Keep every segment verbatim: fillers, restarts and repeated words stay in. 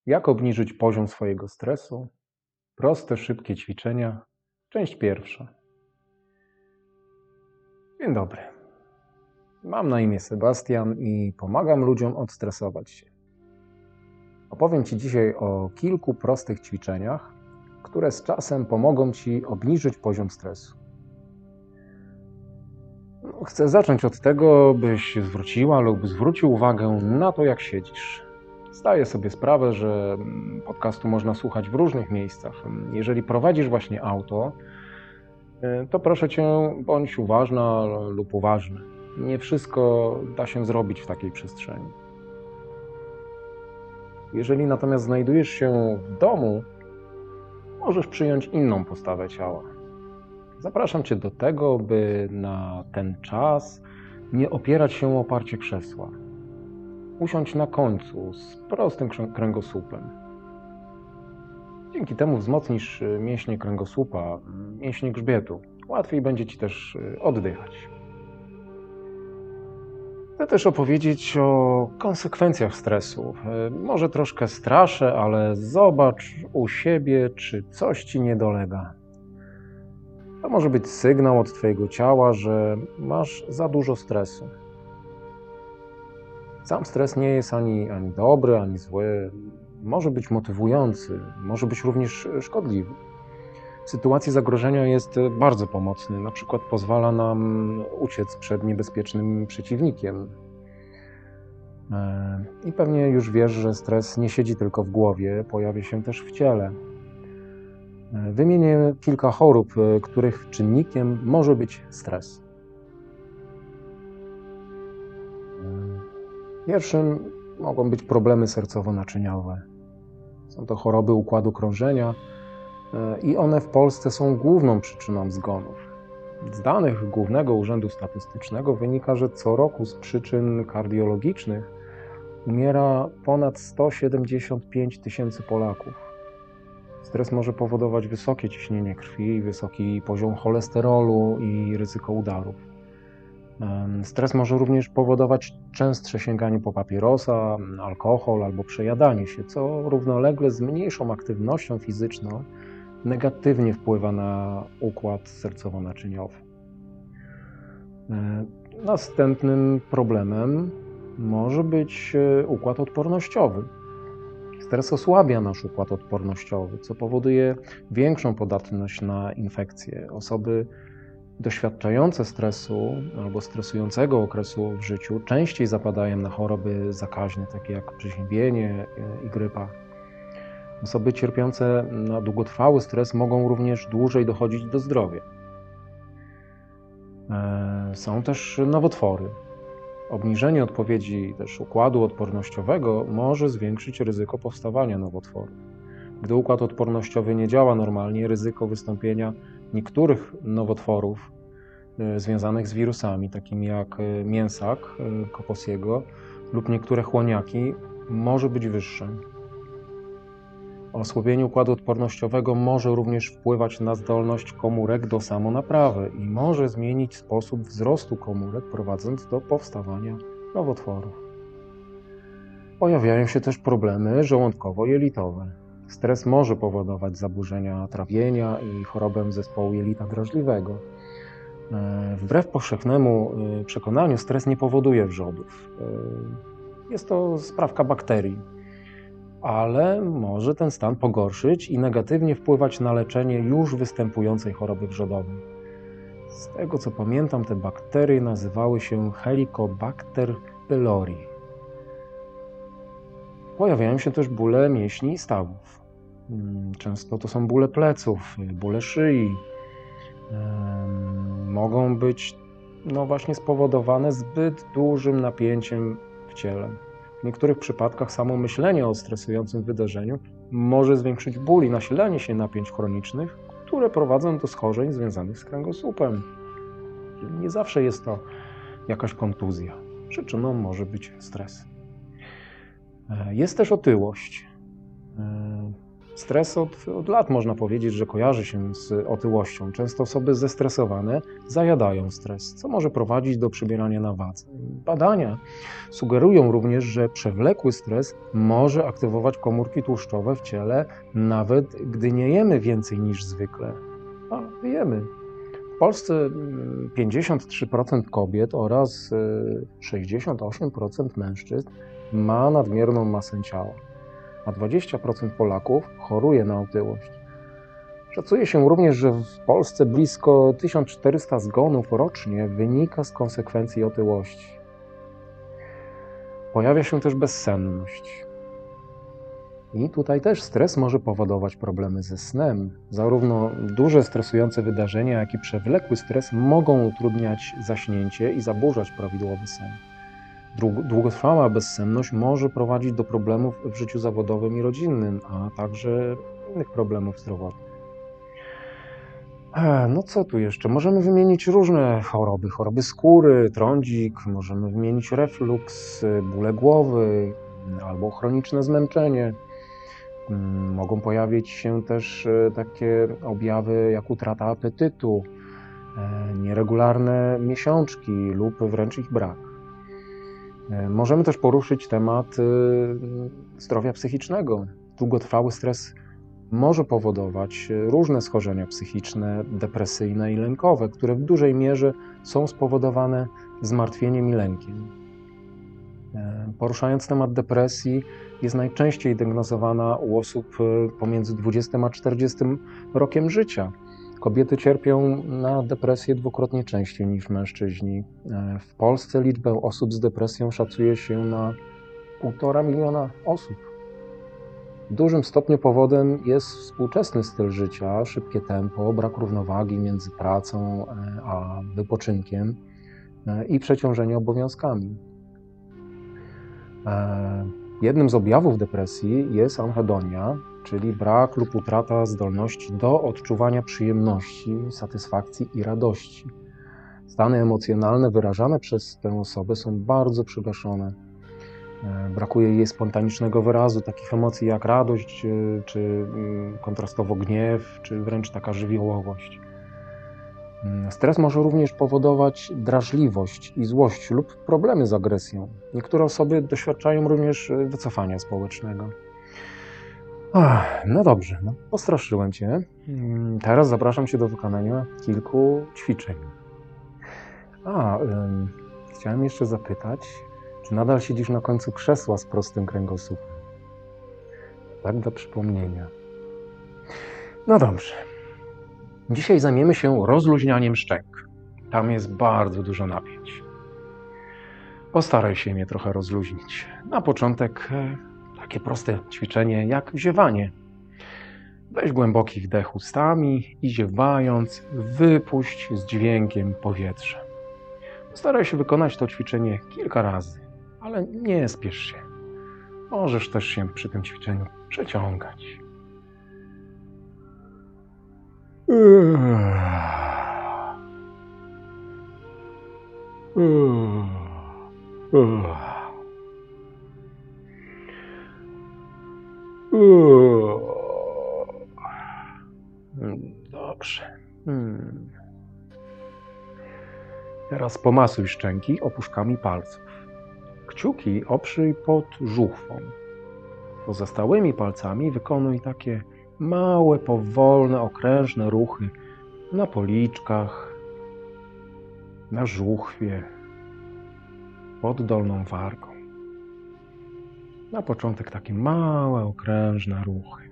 Jak obniżyć poziom swojego stresu? Proste, szybkie ćwiczenia. Część pierwsza. Dzień dobry. Mam na imię Sebastian i pomagam ludziom odstresować się. Opowiem Ci dzisiaj o kilku prostych ćwiczeniach, które z czasem pomogą Ci obniżyć poziom stresu. Chcę zacząć od tego, byś zwróciła lub zwrócił uwagę na to, jak siedzisz. Zdaję sobie sprawę, że podcastu można słuchać w różnych miejscach. Jeżeli prowadzisz właśnie auto, to proszę Cię, bądź uważna lub uważny. Nie wszystko da się zrobić w takiej przestrzeni. Jeżeli natomiast znajdujesz się w domu, możesz przyjąć inną postawę ciała. Zapraszam Cię do tego, by na ten czas nie opierać się o oparcie krzesła. Usiądź na końcu z prostym kręgosłupem. Dzięki temu wzmocnisz mięśnie kręgosłupa, mięśnie grzbietu. Łatwiej będzie Ci też oddychać. Chcę też opowiedzieć o konsekwencjach stresu. Może troszkę straszę, ale zobacz u siebie, czy coś Ci nie dolega. To może być sygnał od Twojego ciała, że masz za dużo stresu. Sam stres nie jest ani, ani dobry, ani zły. Może być motywujący, może być również szkodliwy. W sytuacji zagrożenia jest bardzo pomocny. Na przykład pozwala nam uciec przed niebezpiecznym przeciwnikiem. I pewnie już wiesz, że stres nie siedzi tylko w głowie, pojawia się też w ciele. Wymienię kilka chorób, których czynnikiem może być stres. Pierwszym mogą być problemy sercowo-naczyniowe. Są to choroby układu krążenia i one w Polsce są główną przyczyną zgonów. Z danych Głównego Urzędu Statystycznego wynika, że co roku z przyczyn kardiologicznych umiera ponad sto siedemdziesiąt pięć tysięcy Polaków. Stres może powodować wysokie ciśnienie krwi, wysoki poziom cholesterolu i ryzyko udarów. Stres może również powodować częstsze sięganie po papierosa, alkohol albo przejadanie się, co równolegle z mniejszą aktywnością fizyczną negatywnie wpływa na układ sercowo-naczyniowy. Następnym problemem może być układ odpornościowy. Stres osłabia nasz układ odpornościowy, co powoduje większą podatność na infekcje. Osoby doświadczające stresu albo stresującego okresu w życiu częściej zapadają na choroby zakaźne, takie jak przeziębienie i grypa. Osoby cierpiące na długotrwały stres mogą również dłużej dochodzić do zdrowia. Są też nowotwory. Obniżenie odpowiedzi też układu odpornościowego może zwiększyć ryzyko powstawania nowotworów. Gdy układ odpornościowy nie działa normalnie, ryzyko wystąpienia niektórych nowotworów związanych z wirusami, takimi jak mięsak Kaposiego lub niektóre chłoniaki, może być wyższe. Osłabienie układu odpornościowego może również wpływać na zdolność komórek do samonaprawy i może zmienić sposób wzrostu komórek, prowadząc do powstawania nowotworów. Pojawiają się też problemy żołądkowo-jelitowe. Stres może powodować zaburzenia trawienia i chorobę zespołu jelita drażliwego. Wbrew powszechnemu przekonaniu stres nie powoduje wrzodów. Jest to sprawka bakterii, ale może ten stan pogorszyć i negatywnie wpływać na leczenie już występującej choroby wrzodowej. Z tego co pamiętam, te bakterie nazywały się Helicobacter pylori. Pojawiają się też bóle mięśni i stawów. Często to są bóle pleców, bóle szyi. Mogą być no właśnie spowodowane zbyt dużym napięciem w ciele. W niektórych przypadkach samo myślenie o stresującym wydarzeniu może zwiększyć ból i nasilanie się napięć chronicznych, które prowadzą do schorzeń związanych z kręgosłupem. Nie zawsze jest to jakaś kontuzja. Przyczyną może być stres. Jest też otyłość. Stres od, od lat można powiedzieć, że kojarzy się z otyłością. Często osoby zestresowane zajadają stres, co może prowadzić do przybierania na wadze. Badania sugerują również, że przewlekły stres może aktywować komórki tłuszczowe w ciele, nawet gdy nie jemy więcej niż zwykle. A jemy. W Polsce pięćdziesiąt trzy procent kobiet oraz sześćdziesiąt osiem procent mężczyzn ma nadmierną masę ciała, a dwadzieścia procent Polaków choruje na otyłość. Szacuje się również, że w Polsce blisko tysiąc czterysta zgonów rocznie wynika z konsekwencji otyłości. Pojawia się też bezsenność. I tutaj też stres może powodować problemy ze snem. Zarówno duże stresujące wydarzenia, jak i przewlekły stres mogą utrudniać zaśnięcie i zaburzać prawidłowy sen. Długotrwała bezsenność może prowadzić do problemów w życiu zawodowym i rodzinnym, a także innych problemów zdrowotnych. No co tu jeszcze? Możemy wymienić różne choroby. Choroby skóry, trądzik, możemy wymienić refluks, bóle głowy albo chroniczne zmęczenie. Mogą pojawić się też takie objawy jak utrata apetytu, nieregularne miesiączki lub wręcz ich brak. Możemy też poruszyć temat zdrowia psychicznego. Długotrwały stres może powodować różne schorzenia psychiczne, depresyjne i lękowe, które w dużej mierze są spowodowane zmartwieniem i lękiem. Poruszając temat depresji, jest najczęściej diagnozowana u osób pomiędzy dwudziestym a czterdziestym rokiem życia. Kobiety cierpią na depresję dwukrotnie częściej niż mężczyźni. W Polsce liczbę osób z depresją szacuje się na półtora miliona osób. W dużym stopniu powodem jest współczesny styl życia, szybkie tempo, brak równowagi między pracą a wypoczynkiem i przeciążenie obowiązkami. Jednym z objawów depresji jest anhedonia, czyli brak lub utrata zdolności do odczuwania przyjemności, satysfakcji i radości. Stany emocjonalne wyrażane przez tę osobę są bardzo przygaszone. Brakuje jej spontanicznego wyrazu, takich emocji jak radość, czy kontrastowo gniew, czy wręcz taka żywiołowość. Stres może również powodować drażliwość i złość lub problemy z agresją. Niektóre osoby doświadczają również wycofania społecznego. Ach, no dobrze, no, postraszyłem Cię. Teraz zapraszam Cię do wykonania kilku ćwiczeń. A, ym, chciałem jeszcze zapytać, czy nadal siedzisz na końcu krzesła z prostym kręgosłupem? Tak dla przypomnienia. No dobrze. Dzisiaj zajmiemy się rozluźnianiem szczęk. Tam jest bardzo dużo napięć. Postaraj się je trochę rozluźnić. Na początek takie proste ćwiczenie jak ziewanie. Weź głęboki wdech ustami i ziewając wypuść z dźwiękiem powietrze. Postaraj się wykonać to ćwiczenie kilka razy, ale nie spiesz się. Możesz też się przy tym ćwiczeniu przeciągać. Dobrze. Hmm. Teraz pomasuj szczęki opuszkami palców. Kciuki oprzyj pod żuchwą. Pozostałymi palcami wykonuj takie małe, powolne, okrężne ruchy na policzkach, na żuchwie, pod dolną wargą. Na początek takie małe, okrężne ruchy.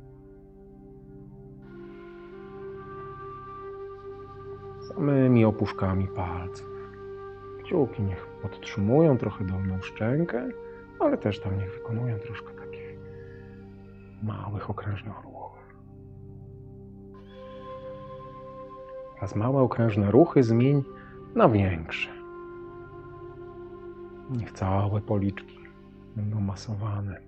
Samymi opuszkami palców. Kciuki niech podtrzymują trochę dolną szczękę, ale też tam niech wykonują troszkę takich małych, okrężnych ruchów. Teraz małe, okrężne ruchy zmień na większe. Niech całe policzki będą masowane.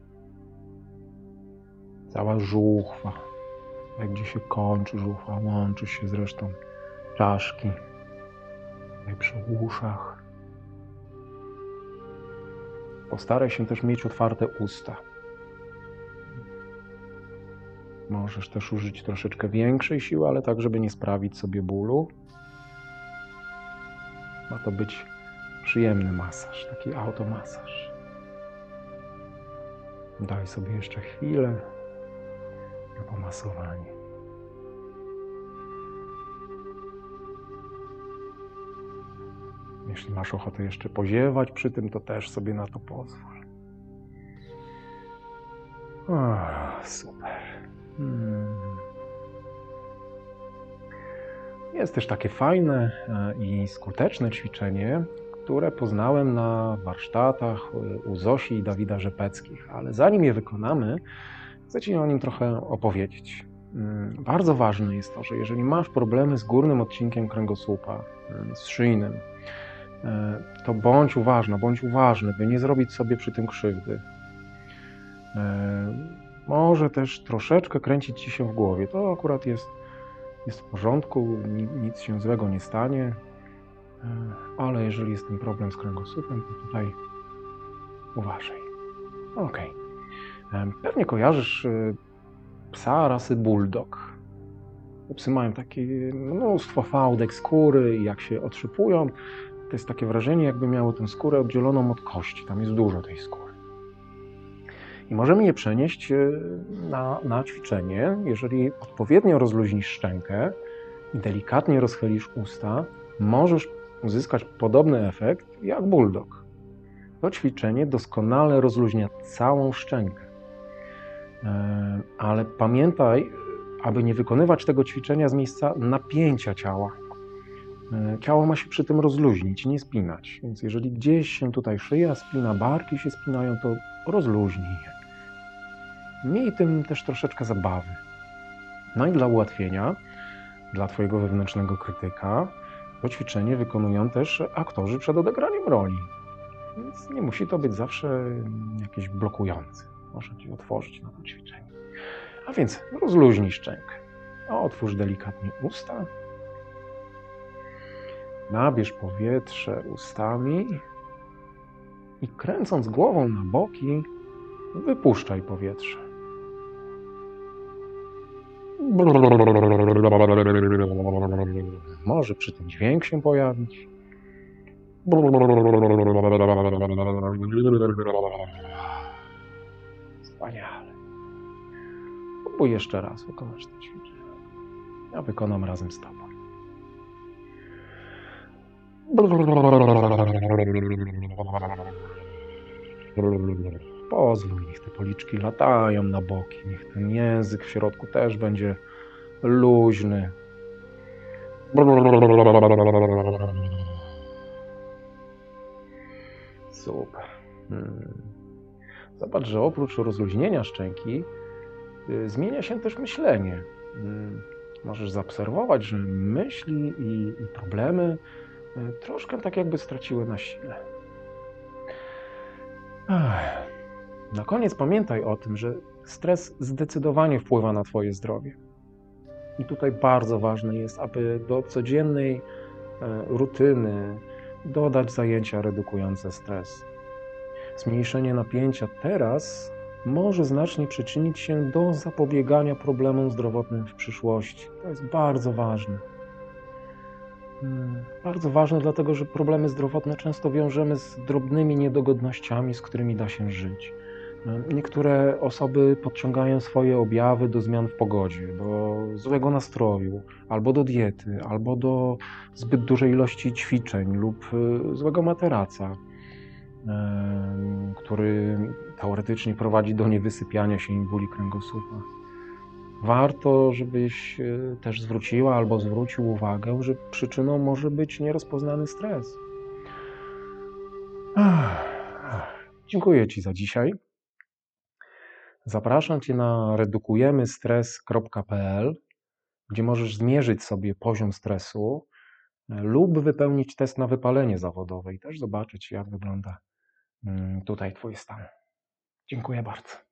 Cała żuchwa, jak gdzie się kończy żuchwa, łączy się z resztą czaszki, tutaj przy uszach. Postaraj się też mieć otwarte usta. Możesz też użyć troszeczkę większej siły, ale tak, żeby nie sprawić sobie bólu. Ma to być przyjemny masaż, taki automasaż. Daj sobie jeszcze chwilę na pomasowanie. Jeśli masz ochotę jeszcze poziewać przy tym, to też sobie na to pozwól. O, super. Hmm. Jest też takie fajne i skuteczne ćwiczenie, które poznałem na warsztatach u Zosi i Dawida Rzepeckich, ale zanim je wykonamy, chcę Ci o nim trochę opowiedzieć. Bardzo ważne jest to, że jeżeli masz problemy z górnym odcinkiem kręgosłupa, z szyjnym, to bądź uważna, bądź uważny, by nie zrobić sobie przy tym krzywdy. Może też troszeczkę kręcić Ci się w głowie. To akurat jest, jest w porządku, nic się złego nie stanie, ale jeżeli jest ten problem z kręgosłupem, to tutaj uważaj. Ok. Pewnie kojarzysz psa rasy bulldog. Psy mają takie mnóstwo fałdek skóry i jak się otrzypują, to jest takie wrażenie, jakby miały tę skórę oddzieloną od kości. Tam jest dużo tej skóry. I możemy je przenieść na, na ćwiczenie. Jeżeli odpowiednio rozluźnisz szczękę i delikatnie rozchylisz usta, możesz uzyskać podobny efekt jak bulldog. To ćwiczenie doskonale rozluźnia całą szczękę. Ale pamiętaj, aby nie wykonywać tego ćwiczenia z miejsca napięcia ciała. Ciało ma się przy tym rozluźnić, nie spinać. Więc jeżeli gdzieś się tutaj szyja spina, barki się spinają, to rozluźnij je. Miej tym też troszeczkę zabawy. No i dla ułatwienia, dla Twojego wewnętrznego krytyka, to ćwiczenie wykonują też aktorzy przed odegraniem roli. Więc nie musi to być zawsze jakieś blokujące. Może Ci otworzyć na to ćwiczenie. A więc rozluźnij szczękę. Otwórz delikatnie usta. Nabierz powietrze ustami i kręcąc głową na boki, wypuszczaj powietrze. Może przy tym dźwięk się pojawić. Wspaniale. Spróbuj jeszcze raz wykonać to ćwiczenie. Ja wykonam razem z Tobą. Pozwól, niech te policzki latają na boki, niech ten język w środku też będzie luźny. Super. Hmm. Zobacz, że oprócz rozluźnienia szczęki y, zmienia się też myślenie. Y, możesz zaobserwować, że myśli i, i problemy y, troszkę tak jakby straciły na sile. Ach. Na koniec pamiętaj o tym, że stres zdecydowanie wpływa na Twoje zdrowie. I tutaj bardzo ważne jest, aby do codziennej rutyny dodać zajęcia redukujące stres. Zmniejszenie napięcia teraz może znacznie przyczynić się do zapobiegania problemom zdrowotnym w przyszłości. To jest bardzo ważne. Bardzo ważne, dlatego że problemy zdrowotne często wiążemy z drobnymi niedogodnościami, z którymi da się żyć. Niektóre osoby podciągają swoje objawy do zmian w pogodzie, do złego nastroju, albo do diety, albo do zbyt dużej ilości ćwiczeń lub złego materaca, który teoretycznie prowadzi do niewysypiania się i bóli kręgosłupa. Warto, żebyś też zwróciła albo zwrócił uwagę, że przyczyną może być nierozpoznany stres. Dziękuję Ci za dzisiaj. Zapraszam Cię na redukujemy stres kropka p l, gdzie możesz zmierzyć sobie poziom stresu lub wypełnić test na wypalenie zawodowe i też zobaczyć, jak wygląda tutaj Twój stan. Dziękuję bardzo.